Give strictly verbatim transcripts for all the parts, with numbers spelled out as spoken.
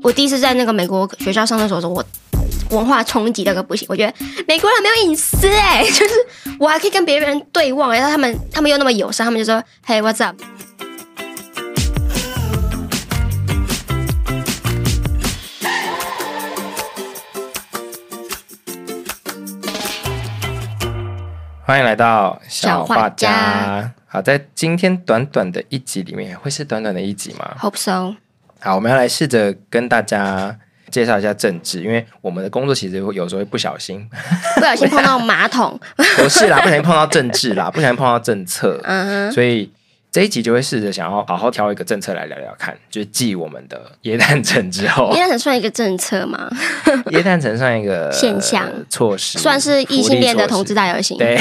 我第一次在那个美国学校上厕所的时候，我文化冲击那个不行，我觉得美国人没有隐私哎、欸，就是我还可以跟别人对望，然后他们他们又那么友善，他们就说 Hey what's up。 欢迎来到小画家。 小画家好，在今天短短的一集里面，会是短短的一集吗 ？Hope so。 好，我们要来试着跟大家介绍一下政治，因为我们的工作其实有时候会不小心， 不小心碰到马桶， 不是啦，不小心碰到政治啦，不小心碰到政策，嗯、所以这一集就会试着想要好好挑一个政策来聊聊看，就是继我们的耶诞城之后， 耶诞城算一个政策吗？ 耶诞城算一个现象、呃、 措施， 算是异性恋的同志大游行。 对，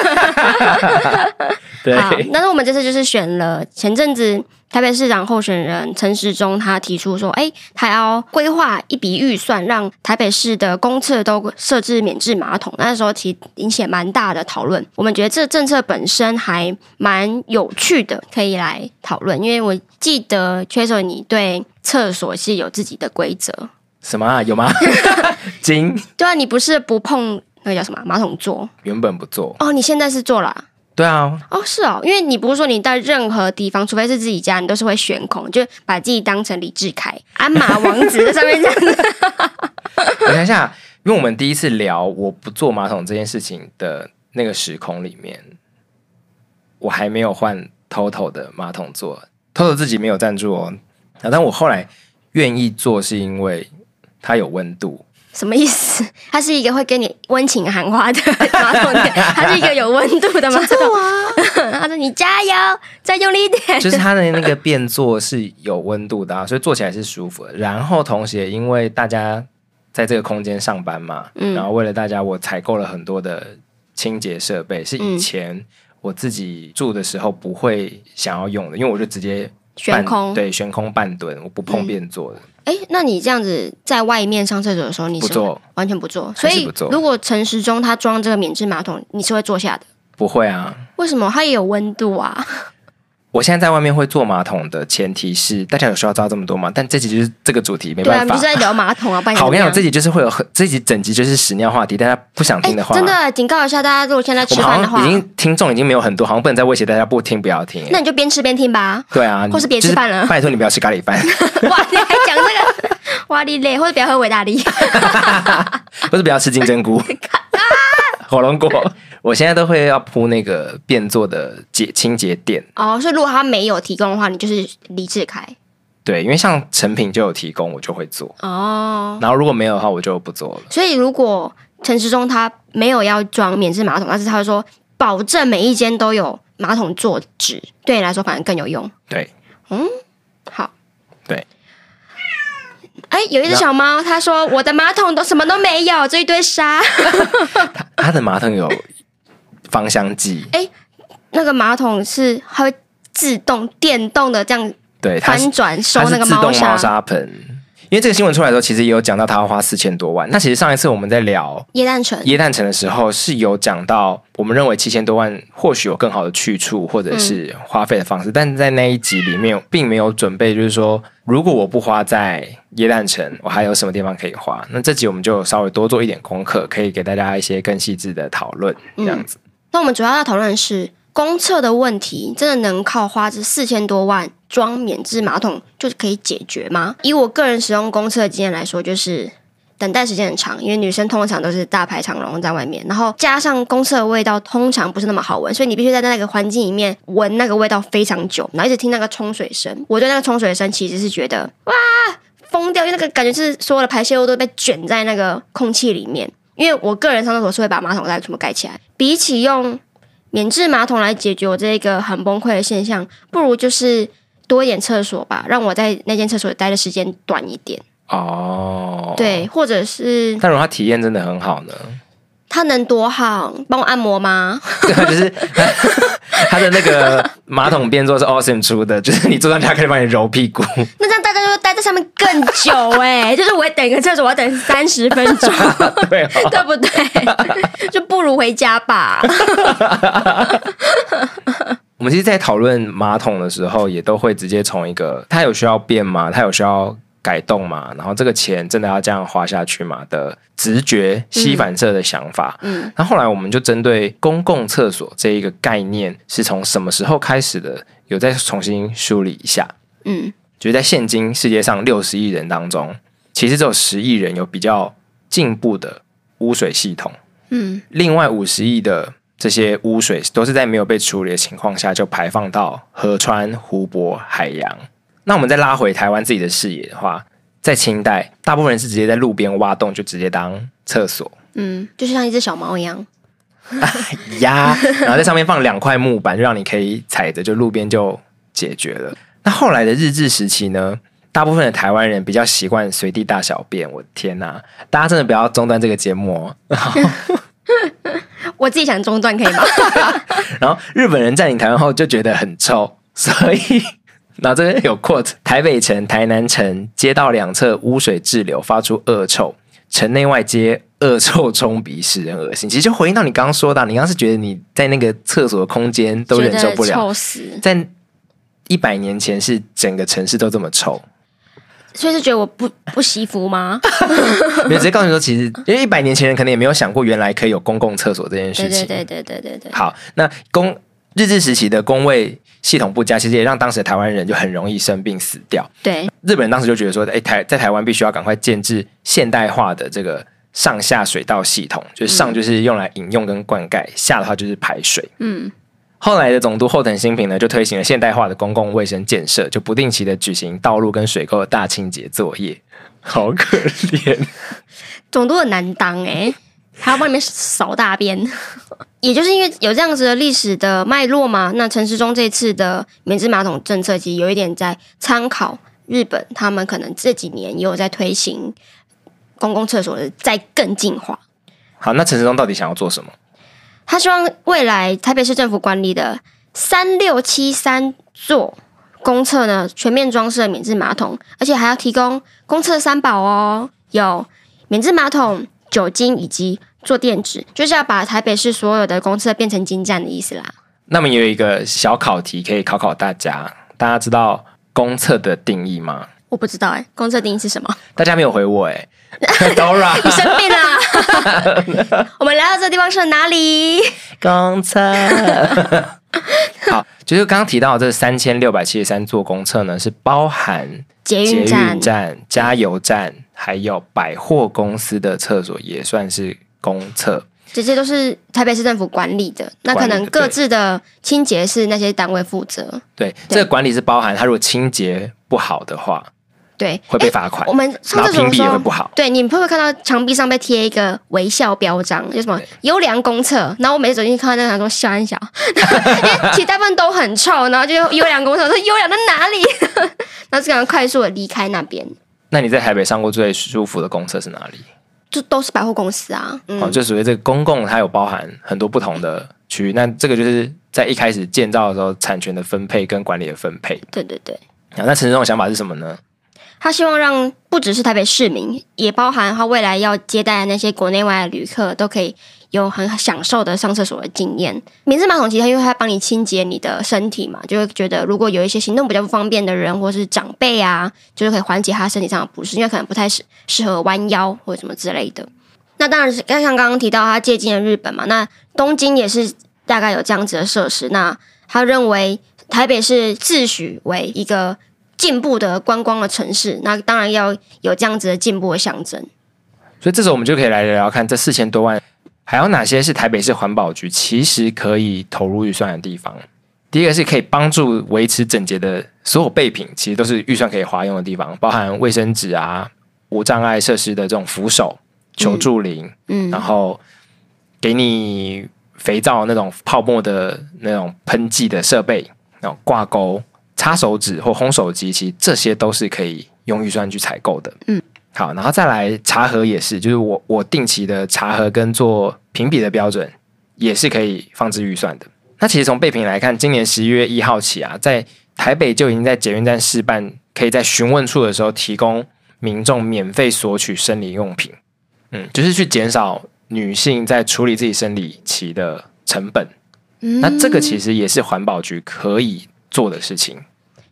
对。 好，但是我们这次就是选了前阵子台北市长候选人陈时中，他提出说，哎，他要规划一笔预算，让台北市的公厕都设置免治马桶。那时候其实引起蛮大的讨论。我们觉得这政策本身还蛮有趣的，可以来讨论。因为我记得 Chasel 你对厕所是有自己的规则。 什么啊？有吗？金？ 对啊，你不是不碰那个叫什么马桶座？ 原本不做。 哦，你现在是做了、啊？ 对啊， 哦是哦，因为你不是说你到任何地方，除非是自己家，你都是会悬空，就把自己当成李志凯、鞍马王子在上面这样子。 我想一下，因为我们第一次聊我不坐马桶这件事情的那个时空里面，我还没有换 Toto 的马桶座 ，Toto 自己没有赞助哦。啊，但我后来愿意做，是因为它有温度。 什么意思？它是一个会跟你温情喊话的马桶垫，它是一个有温度的马桶啊。他说：“你加油，再用力一点。” 就是它的那个便座是有温度的、啊，所以坐起来是舒服的。然后同时也因为大家在这个空间上班嘛，嗯、然后为了大家，我采购了很多的清洁设备，是以前我自己住的时候不会想要用的，因为我就直接悬空， 对，悬空半蹲，我不碰便座的。 哎、嗯，那你这样子在外面上厕所的时候，你是不做， 完全不做。所以不做， 如果陈时中他装这个免治马桶，你是会坐下的？ 不会啊。 为什么？它也有温度啊。 我现在在外面会坐马桶的前提是，大家有需要知道这么多吗？但这集就是这个主题，没办法。 对啊，就是在聊马桶啊。 好，我跟你讲，这集就是会有很这集整集就是屎尿话题，大家不想听的话， 真的警告一下大家，如果现在吃饭的话， 已经听众已经没有很多，好像不能再威胁大家不听不要听。 那你就边吃边听吧。 对啊， 或是别吃饭了， 就是、拜托你不要吃咖喱饭。 哇，你还讲这个哇你累，或者不要喝维大利， 或是不要吃金针菇、火龙果。我现在都会要铺那个便座的洁清洁垫哦，所以如果他没有提供的话，你就是理智开。 对，因为像成品就有提供，我就会做哦。然后如果没有的话，我就不做了。 所以如果陈时中他没有要装免治马桶，但是他会说保证每一间都有马桶座纸，对你来说反而更有用。 对， 嗯，好， 对。 哎，有一只小猫，他说我的马桶都什么都没有，这一堆沙。 他, 他的马桶有芳香剂， 哎，那个马桶是它会自动电动的这样对翻转收那个猫砂，自动猫砂盆。因为这个新闻出来的时候，其实也有讲到他要花四千多万。那其实上一次我们在聊耶诞城耶诞城的时候，是有讲到我们认为七千多万或许有更好的去处或者是花费的方式，嗯、但是在那一集里面并没有准备，就是说如果我不花在耶诞城，我还有什么地方可以花？那这集我们就稍微多做一点功课，可以给大家一些更细致的讨论，这样子。 嗯、那我们主要要讨论的是公厕的问题，真的能靠花这四千多万装免治马桶就可以解决吗？以我个人使用公厕的经验来说，就是等待时间很长，因为女生通常都是大排长龙在外面，然后加上公厕的味道通常不是那么好闻，所以你必须在那个环境里面闻那个味道非常久，然后一直听那个冲水声。我对那个冲水声其实是觉得哇疯掉，因为那个感觉是所有的排泄物都被卷在那个空气里面。因为我个人上厕所是会把马桶盖全部盖起来，比起用免治马桶来解决我这个很崩溃的现象，不如就是多一点厕所吧，让我在那间厕所待的时间短一点。哦，对，或者是， 但如果他体验真的很好呢？ 他能多好？帮我按摩吗？ 对，就是他的那个马桶便座是 Awesome 出的，就是你坐上去他可以帮你揉屁股。 那这样大家就待在上面更久哎、欸，就是我会等一个厕所，我要等三十分钟， 对、哦， 对不对？就不如回家吧。 我们其实在讨论马桶的时候，也都会直接从一个它有需要变吗？它有需要改动嘛，然后这个钱真的要这样花下去嘛的直觉吸反射的想法。嗯，那后来我们就针对公共厕所这一个概念是从什么时候开始的，有再重新梳理一下。嗯，就是在现今世界上六十亿人当中，其实只有十亿人有比较进步的污水系统。嗯，另外五十亿的这些污水都是在没有被处理的情况下就排放到河川、湖泊、海洋。那我们再拉回台湾自己的视野的话，在清代，大部分人是直接在路边挖洞就直接当厕所， 嗯，就是像一只小猫一样呀，然后在上面放两块木板，就让你可以踩着，就路边就解决了。那后来的日治时期呢，大部分的台湾人比较习惯随地大小便。我的天哪，大家真的不要中断这个节目哦。 我自己想中断可以吗？ 然后日本人占领台湾后就觉得很臭，所以然后这边有 quote， 台北城、台南城街道两侧污水滞留，发出恶臭，城内外皆恶臭冲鼻，使人恶心。其实就回应到你刚刚说的，你刚刚是觉得你在那个厕所的空间都忍受不了， 臭死。 在一百年前是整个城市都这么臭， 所以是觉得我不不惜福吗？ 没有，直接告诉你说，其实因为一百年前人可能也没有想过，原来可以有公共厕所这件事情。 对对对对对对。 好，那公日治时期的公卫系统不佳，其实也让当时的台湾人就很容易生病死掉。 对， 日本人当时就觉得说，哎，台在台湾必须要赶快建制现代化的这个上下水道系统，就是上就是用来饮用跟灌溉，下的话就是排水。嗯。后来的总督后藤新平呢，就推行了现代化的公共卫生建设，就不定期的举行道路跟水沟的大清洁作业。好可怜， 总督很难当哎、欸，还要帮你们扫大便。也就是因为有这样子的历史的脉络嘛，那陈时中这次的免治马桶政策，其实有一点在参考日本，他们可能这几年也有在推行公共厕所的再更进化。 好，那陈时中到底想要做什么？ 他希望未来台北市政府管理的三六七三座公厕呢，全面装设免治马桶，而且还要提供公厕三宝哦，有免治马桶、酒精以及坐垫纸，就是要把台北市所有的公厕变成金站的意思啦。 那么也有一个小考题可以考考大家，大家知道公厕的定义吗？ 我不知道哎、欸，公厕定义是什么？ 大家没有回我哎、欸、，Dora， 你生病啦！我们来到这个地方是哪里？ 公厕。好，就是刚刚提到这三千六百七十三座公厕呢，是包含捷运站、 站、加油站，还有百货公司的厕所，也算是公厕。 这些都是台北市政府管理的，那可能各自的清洁是那些单位负责。 对，这个管理是包含他如果清洁不好的话。 对， 会被罚款。 我们上厕所的时候评比也会不好。 对，你们会不会看到墙壁上被贴一个微笑标章，就什么优良公厕？然后我每次走进去看到那个，说笑一笑，因为其实大部分都很臭，然后就优良公厕，我说优良在哪里？然后就赶快快速的离开那边。 那你在台北上过最舒服的公厕是哪里？ 就都是百货公司啊。嗯、 哦，就属于这个公共，它有包含很多不同的区域。那这个就是在一开始建造的时候，产权的分配跟管理的分配。 对对对。 好，那陈时中的想法是什么呢？ 他希望让不只是台北市民，也包含他未来要接待的那些国内外的旅客，都可以有很享受的上厕所的经验。免治马桶其实因为它帮你清洁你的身体嘛，就会觉得如果有一些行动比较不方便的人，或是长辈啊，就是可以缓解他身体上的不适，因为可能不太适适合弯腰或者什么之类的。那当然是像刚刚提到他借鉴了日本嘛，那东京也是大概有这样子的设施。那他认为台北是自诩为一个进步的观光的城市，那当然要有这样子的进步的象征。 所以这时候我们就可以来聊聊看，这四千多万还有哪些是台北市环保局其实可以投入预算的地方。第一个是可以帮助维持整洁的所有备品，其实都是预算可以花用的地方，包含卫生纸啊、无障碍设施的这种扶手、求助铃，嗯，然后给你肥皂那种泡沫的那种喷剂的设备，然后挂钩、擦手指或烘手机，其实这些都是可以用预算去采购的。嗯，好，然后再来茶盒也是，就是我我定期的茶盒跟做评比的标准也是可以放置预算的。那其实从备品来看，今年十一月一号起啊，在台北就已经在捷运站试办，可以在询问处的时候提供民众免费索取生理用品，嗯，就是去减少女性在处理自己生理期的成本。嗯，那这个其实也是环保局可以做的事情。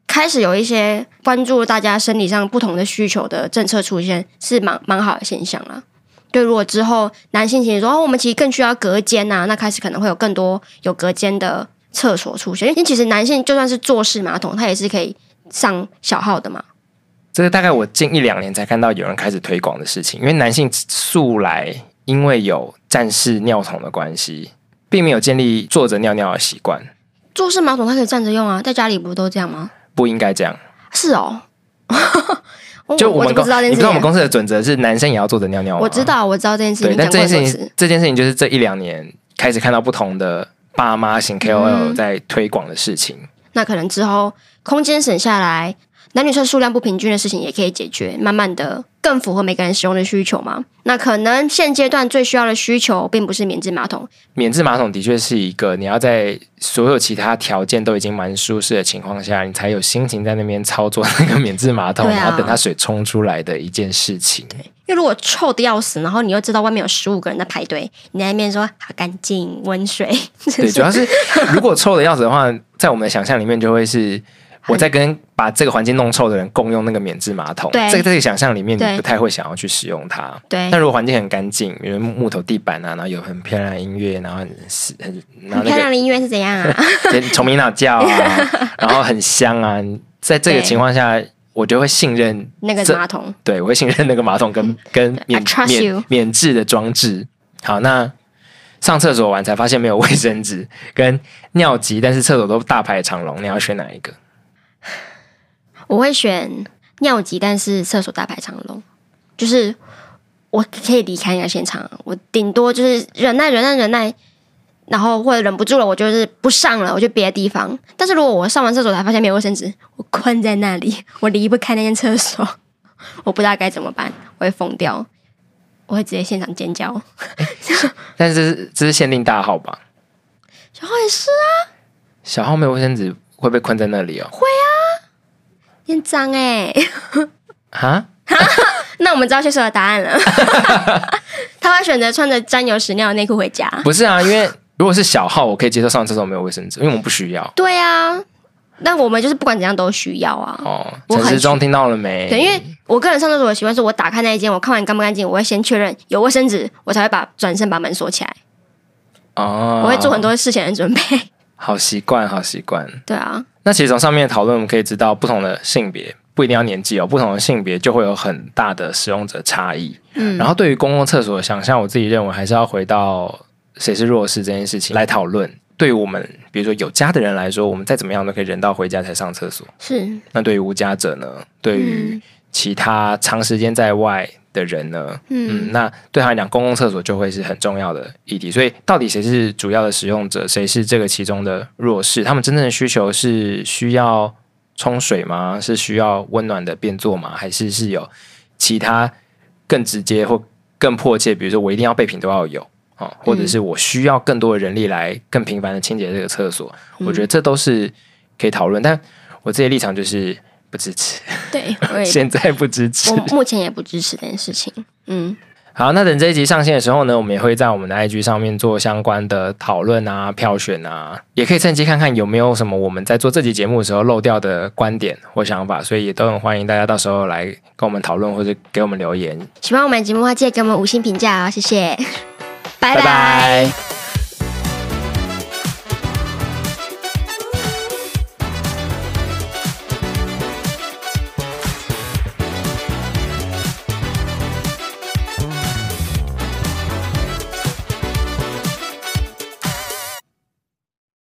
开始有一些关注大家生理上不同的需求的政策出现，是蛮蛮好的现象啦。对，如果之后男性其实说哦，我们其实更需要隔间啊，那开始可能会有更多有隔间的厕所出现。因为其实男性就算是坐式马桶，它也是可以上小号的嘛。 这个大概我近一两年才看到有人开始推广的事情，因为男性素来因为有站式尿桶的关系，并没有建立坐着尿尿的习惯。 坐式马桶它可以站着用啊，在家里不都这样吗？ 不应该这样。 是哦。 就我们公， 你知道我们公司的准则是男生也要坐着尿尿吗？ 我知道，我知道这件事情。 对，但这件事情，这件事情就是这一两年开始看到不同的爸妈型 K O L 在推广的事情。嗯、 那可能之后空间省下来，男女厕数量不平均的事情也可以解决，慢慢的更符合每个人使用的需求嘛。那可能现阶段最需要的需求并不是免治马桶， 免治马桶的确是一个你要在所有其他条件都已经蛮舒适的情况下，你才有心情在那边操作那个免治马桶，啊、然后等它水冲出来的一件事情。 对，因为如果臭的要死，然后你又知道外面有十五个人在排队，你在那边说好干净温水， 对，主要是如果臭的要死的话，在我们的想象里面就会是我在跟把这个环境弄臭的人共用那个免治马桶， 对， 这个这个想象里面你不太会想要去使用它。 对， 但如果环境很干净，比如木头地板啊，然后有很漂亮的音乐，然后很很、那個、 很漂亮的音乐是怎样啊？ 虫鸣鸟叫啊，然后很香啊，在这个情况下，我就会信任那个马桶。 对，我会信任那个马桶跟跟免免免治的装置。好，那上厕所完才发现没有卫生纸跟尿急，但是厕所都大排长龙，你要选哪一个？ 我会选尿急，但是厕所大排长龙，就是我可以离开那个现场，我顶多就是忍耐忍耐忍耐，然后或者忍不住了，我就是不上了，我去别的地方。但是如果我上完厕所才发现没有卫生纸，我困在那里，我离不开那间厕所，我不知道该怎么办，我会疯掉，我会直接现场尖叫。 但是这是限定大号吧？ 小号也是啊， 小号没有卫生纸会被困在那里哦。 会啊。很脏哎！ 哈， 那我们知道选手的答案了。他会选择穿着沾有屎尿的内裤回家。 不是啊，因为如果是小号，我可以接受上厕所没有卫生纸，因为我们不需要。 对啊，但我们就是不管怎样都需要啊。 哦，陈时中听到了没？ 对，因为我个人上厕所的习惯是我打开那一间，我看完干不干净，我会先确认有卫生纸，我才会把转身把门锁起来。哦，我会做很多事前的准备。 好习惯，好习惯。 对啊。 那其实从上面的讨论，我们可以知道，不同的性别不一定要年纪哦，不同的性别就会有很大的使用者差异。嗯，然后对于公共厕所的想象，我自己认为还是要回到谁是弱势这件事情来讨论。对于我们，比如说有家的人来说，我们再怎么样都可以忍到回家才上厕所。 是。那对于无家者呢？对于其他长时间在外的人呢？嗯, 嗯，那对他来讲，公共厕所就会是很重要的议题。所以，到底谁是主要的使用者，谁是这个其中的弱势？他们真正的需求是需要冲水吗？是需要温暖的便座吗？还是是有其他更直接或更迫切？比如说，我一定要备品都要有。哦、或者是我需要更多的人力来更频繁的清洁这个厕所、嗯、我觉得这都是可以讨论，但我自己的立场就是不支持。 对， 现在不支持， 我目前也不支持这件事情。嗯， 好，那等这一集上线的时候呢，我们也会在我们的 I G 上面做相关的讨论啊、票选啊，也可以趁机看看有没有什么我们在做这集节目的时候漏掉的观点或想法，所以也都很欢迎大家到时候来跟我们讨论或者给我们留言。 喜欢我们的节目的话，记得给我们五星评价哦，谢谢。拜拜拜。